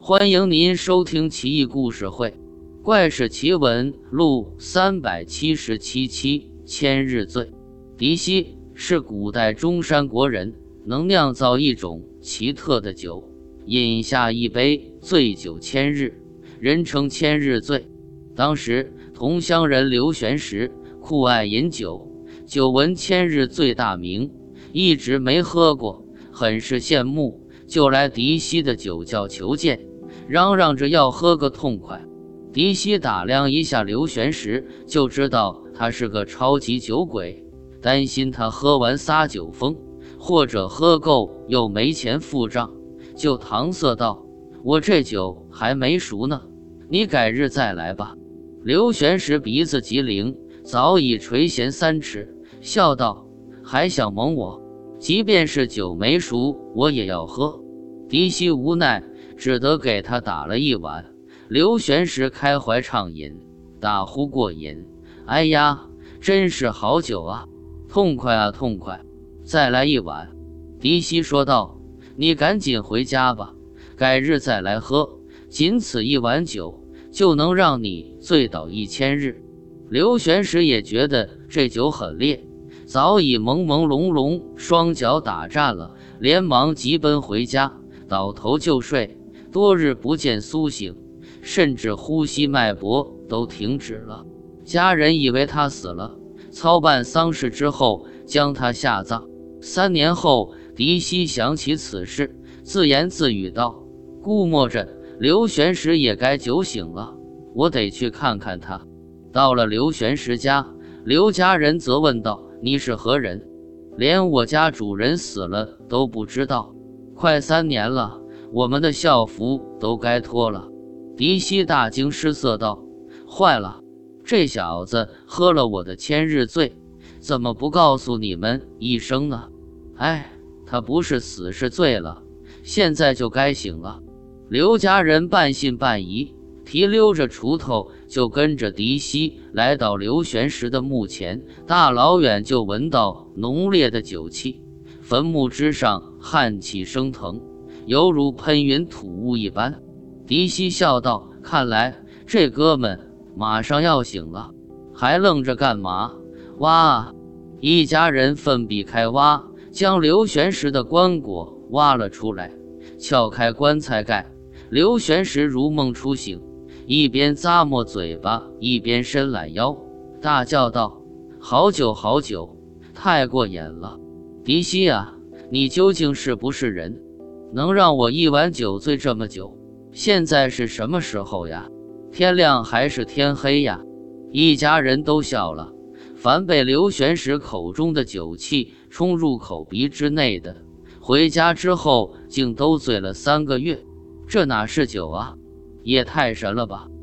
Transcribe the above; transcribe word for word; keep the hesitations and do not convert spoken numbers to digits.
欢迎您收听奇异故事会《怪事奇闻录》三百七十七期千日醉。狄希是古代中山国人，能酿造一种奇特的酒，饮下一杯醉酒千日，人称千日醉。当时同乡人刘玄石酷爱饮酒，久闻千日醉大名，一直没喝过，很是羡慕，就来狄希的酒窖求见，嚷嚷着要喝个痛快。狄希打量一下刘玄石，就知道他是个超级酒鬼，担心他喝完撒酒疯，或者喝够又没钱付账，就搪塞道：我这酒还没熟呢，你改日再来吧。刘玄石鼻子极灵，早已垂涎三尺，笑道：还想蒙我？即便是酒没熟，我也要喝。狄希无奈，只得给他打了一碗。刘玄石开怀畅饮，大呼过瘾：哎呀，真是好酒啊，痛快啊痛快，再来一碗。狄希说道：你赶紧回家吧，改日再来喝，仅此一碗酒就能让你醉倒一千日。刘玄石也觉得这酒很烈，早已朦朦胧胧，双脚打颤了，连忙急奔回家，倒头就睡，多日不见苏醒，甚至呼吸脉搏都停止了。家人以为他死了，操办丧事之后将他下葬。三年后，狄希想起此事，自言自语道：估摸着刘玄石也该酒醒了，我得去看看他。到了刘玄石家，刘家人责问道：你是何人？连我家主人死了都不知道，快三年了，我们的校服都该脱了。狄希大惊失色道：坏了，这小子喝了我的千日醉，怎么不告诉你们一声呢？哎，他不是死是醉了，现在就该醒了。刘家人半信半疑，提溜着锄头就跟着狄希来到刘玄石的墓前，大老远就闻到浓烈的酒气，坟墓之上汗气升腾，犹如喷云吐雾一般。狄希笑道：看来这哥们马上要醒了，还愣着干嘛？挖啊！一家人奋笔开挖，将刘玄石的棺椁挖了出来，撬开棺材盖。刘玄石如梦初醒，一边咂摸嘴巴，一边伸懒腰，大叫道：好酒好酒，太过瘾了。狄希啊，你究竟是不是人，能让我一碗酒醉这么久？现在是什么时候呀？天亮还是天黑呀？一家人都笑了，凡被刘玄石口中的酒气冲入口鼻之内的，回家之后竟都醉了三个月。这哪是酒啊，也太神了吧！